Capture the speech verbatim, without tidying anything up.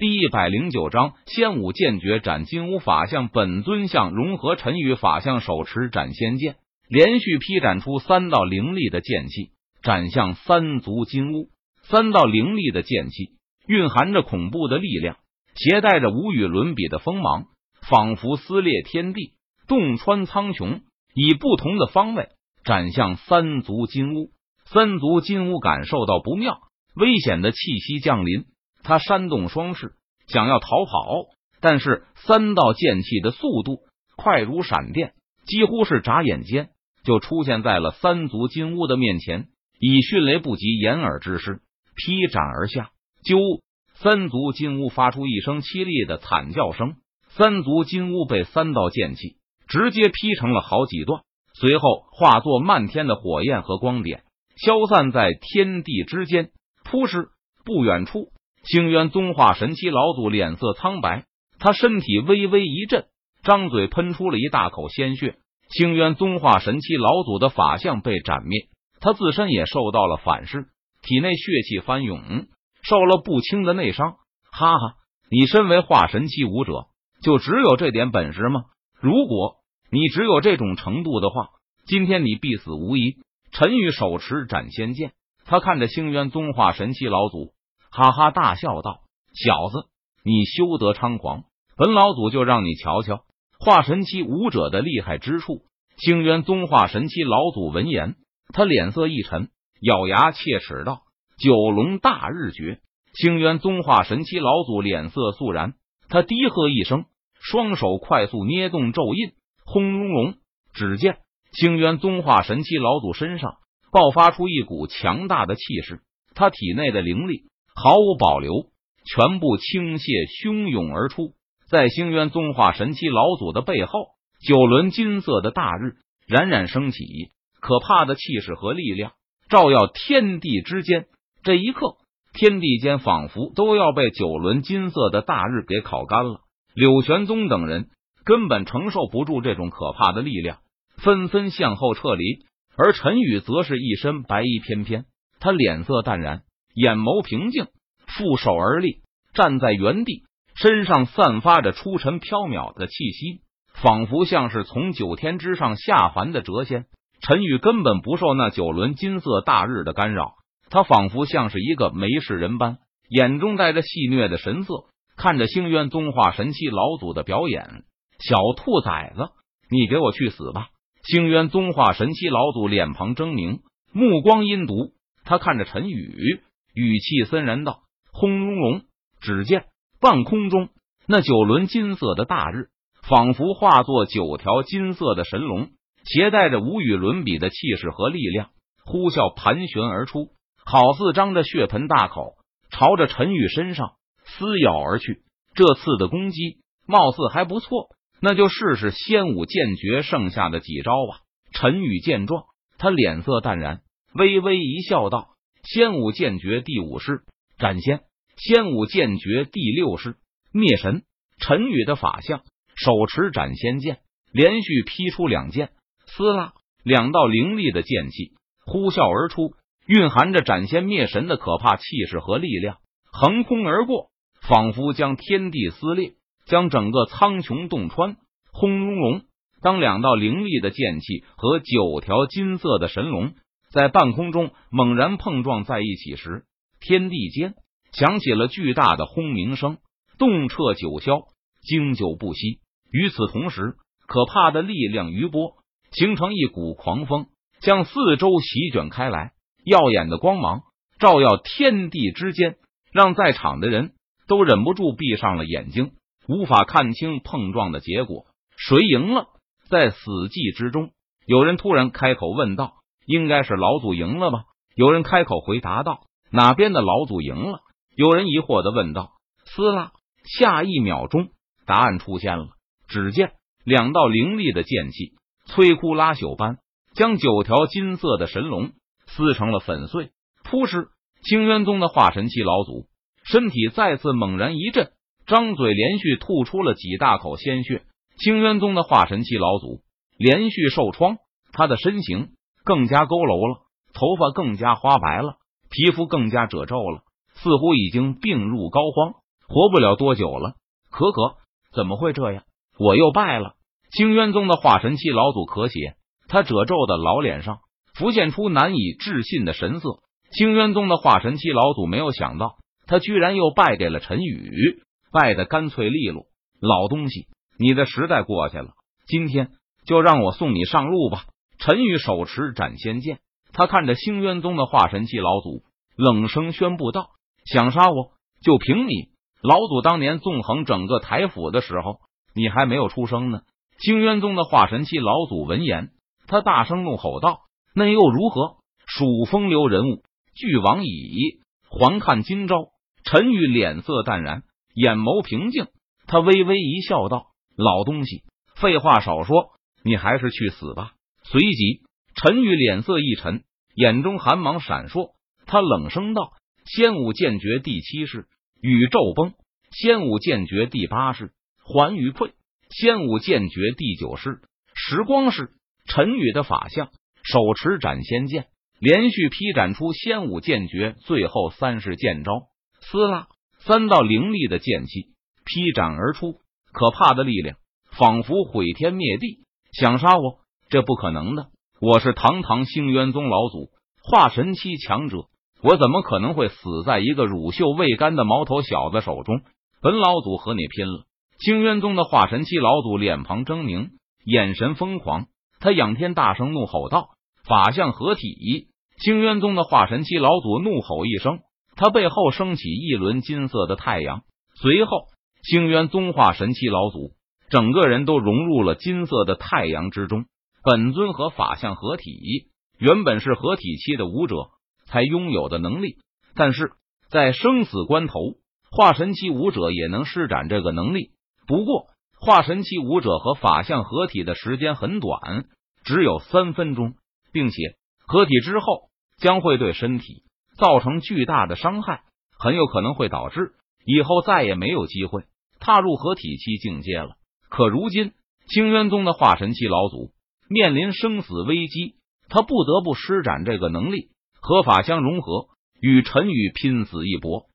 第一百零九章仙武剑诀斩金乌法相。本尊像融合陈宇法相，手持斩仙剑，连续劈斩出三道凌厉的剑气，斩向三足金乌。三道凌厉的剑气蕴含着恐怖的力量，携带着无与伦比的锋芒，仿佛撕裂天地，洞穿苍穹，以不同的方位斩向三足金乌。三足金乌感受到不妙，危险的气息降临，他扇动双翅想要逃跑，但是三道剑气的速度快如闪电，几乎是眨眼间就出现在了三足金乌的面前，以迅雷不及掩耳之势劈斩而下。啾！三足金乌发出一声凄厉的惨叫声，三足金乌被三道剑气直接劈成了好几段，随后化作漫天的火焰和光点，消散在天地之间。扑哧！不远处，星渊宗化神七老祖脸色苍白，他身体微微一震，张嘴喷出了一大口鲜血。星渊宗化神七老祖的法相被斩灭，他自身也受到了反噬，体内血气翻涌，受了不轻的内伤。哈哈，你身为化神期武者，就只有这点本事吗？如果你只有这种程度的话，今天你必死无疑。陈宇手持斩仙剑，他看着星渊宗化神期老祖，哈哈大笑道：小子，你休得猖狂，本老祖就让你瞧瞧化神期武者的厉害之处。星渊宗化神期老祖闻言，他脸色一沉，咬牙切齿道：九龙大日诀。星渊宗化神期老祖脸色肃然，他低喝一声，双手快速捏动咒印，轰隆隆，只见星渊宗化神期老祖身上爆发出一股强大的气势，他体内的灵力毫无保留，全部倾泻汹涌而出。在星渊宗化神期老祖的背后，九轮金色的大日冉冉升起，可怕的气势和力量照耀天地之间。这一刻，天地间仿佛都要被九轮金色的大日给烤干了。柳玄宗等人根本承受不住这种可怕的力量，纷纷向后撤离。而陈宇则是一身白衣翩翩，他脸色淡然，眼眸平静，负手而立，站在原地，身上散发着出尘飘渺的气息，仿佛像是从九天之上下凡的谪仙。陈宇根本不受那九轮金色大日的干扰，他仿佛像是一个没事人般，眼中带着戏谑的神色，看着星渊宗化神期老祖的表演。小兔崽子，你给我去死吧！星渊宗化神期老祖脸庞狰狞，目光阴毒，他看着陈宇，语气森然道：轰隆隆！只见半空中那九轮金色的大日仿佛化作九条金色的神龙，携带着无与伦比的气势和力量，呼啸盘旋而出，好似张着血盆大口朝着陈宇身上撕咬而去。这次的攻击貌似还不错，那就试试仙武剑诀剩下的几招吧。陈宇见状，他脸色淡然，微微一笑道：仙武剑诀第五式斩仙，仙武剑诀第六式灭神。陈宇的法相手持斩仙剑，连续劈出两剑，撕拉，两道凌厉的剑气呼啸而出，蕴含着斩仙灭神的可怕气势和力量，横空而过，仿佛将天地撕裂，将整个苍穹洞穿。轰隆隆！当两道凌厉的剑气和九条金色的神龙在半空中猛然碰撞在一起时，天地间响起了巨大的轰鸣声，动彻九霄，经久不息。与此同时，可怕的力量余波形成一股狂风，向四周席卷开来，耀眼的光芒照耀天地之间，让在场的人都忍不住闭上了眼睛，无法看清碰撞的结果。谁赢了？在死寂之中，有人突然开口问道：应该是老祖赢了吧？有人开口回答道：哪边的老祖赢了？有人疑惑的问道。撕拉，下一秒钟，答案出现了。只见两道凌厉的剑气摧枯拉朽般将九条金色的神龙撕成了粉碎。扑哧！星渊宗的化神期老祖身体再次猛然一震，张嘴连续吐出了几大口鲜血。星渊宗的化神期老祖连续受创，他的身形更加佝偻了，头发更加花白了，皮肤更加褶皱了，似乎已经病入膏肓， 活不了多久了。可可，怎么会这样？我又败了！清渊宗的化神期老祖可血，他褶皱的老脸上浮现出难以置信的神色。清渊宗的化神期老祖没有想到，他居然又败给了陈宇，败得干脆利落。老东西，你的时代过去了，今天就让我送你上路吧。陈宇手持斩仙剑，他看着清渊宗的化神期老祖，冷声宣布道：想杀我就凭你！老祖当年纵横整个台府的时候，你还没有出生呢。清渊宗的化神期老祖闻言，他大声怒吼道：那又如何？属风流人物，俱往矣！环看今朝。陈宇脸色淡然，眼眸平静，他微微一笑道：老东西，废话少说，你还是去死吧。随即陈宇脸色一沉，眼中寒芒闪烁，他冷声道：仙武剑诀第七式宇宙崩，仙武剑诀第八式环宇溃，仙武剑诀第九式时光式。陈宇的法相手持斩仙剑，连续劈斩出仙武剑诀最后三式剑招。撕拉，三道凌厉的剑气劈斩而出，可怕的力量仿佛毁天灭地。想杀我？这不可能的！我是堂堂清渊宗老祖，化神期强者，我怎么可能会死在一个乳臭未干的毛头小子手中？本老祖和你拼了！清渊宗的化神期老祖脸庞狰狞，眼神疯狂，他仰天大声怒吼道：法相合体！清渊宗的化神期老祖怒吼一声，他背后升起一轮金色的太阳，随后清渊宗化神期老祖整个人都融入了金色的太阳之中。本尊和法相合体，原本是合体期的武者才拥有的能力，但是在生死关头，化神期武者也能施展这个能力。不过化神期武者和法相合体的时间很短，只有三分钟，并且合体之后将会对身体造成巨大的伤害，很有可能会导致以后再也没有机会踏入合体期境界了。可如今清渊宗的化神期老祖面临生死危机，他不得不施展这个能力，和法相融合，与陈宇拼死一搏。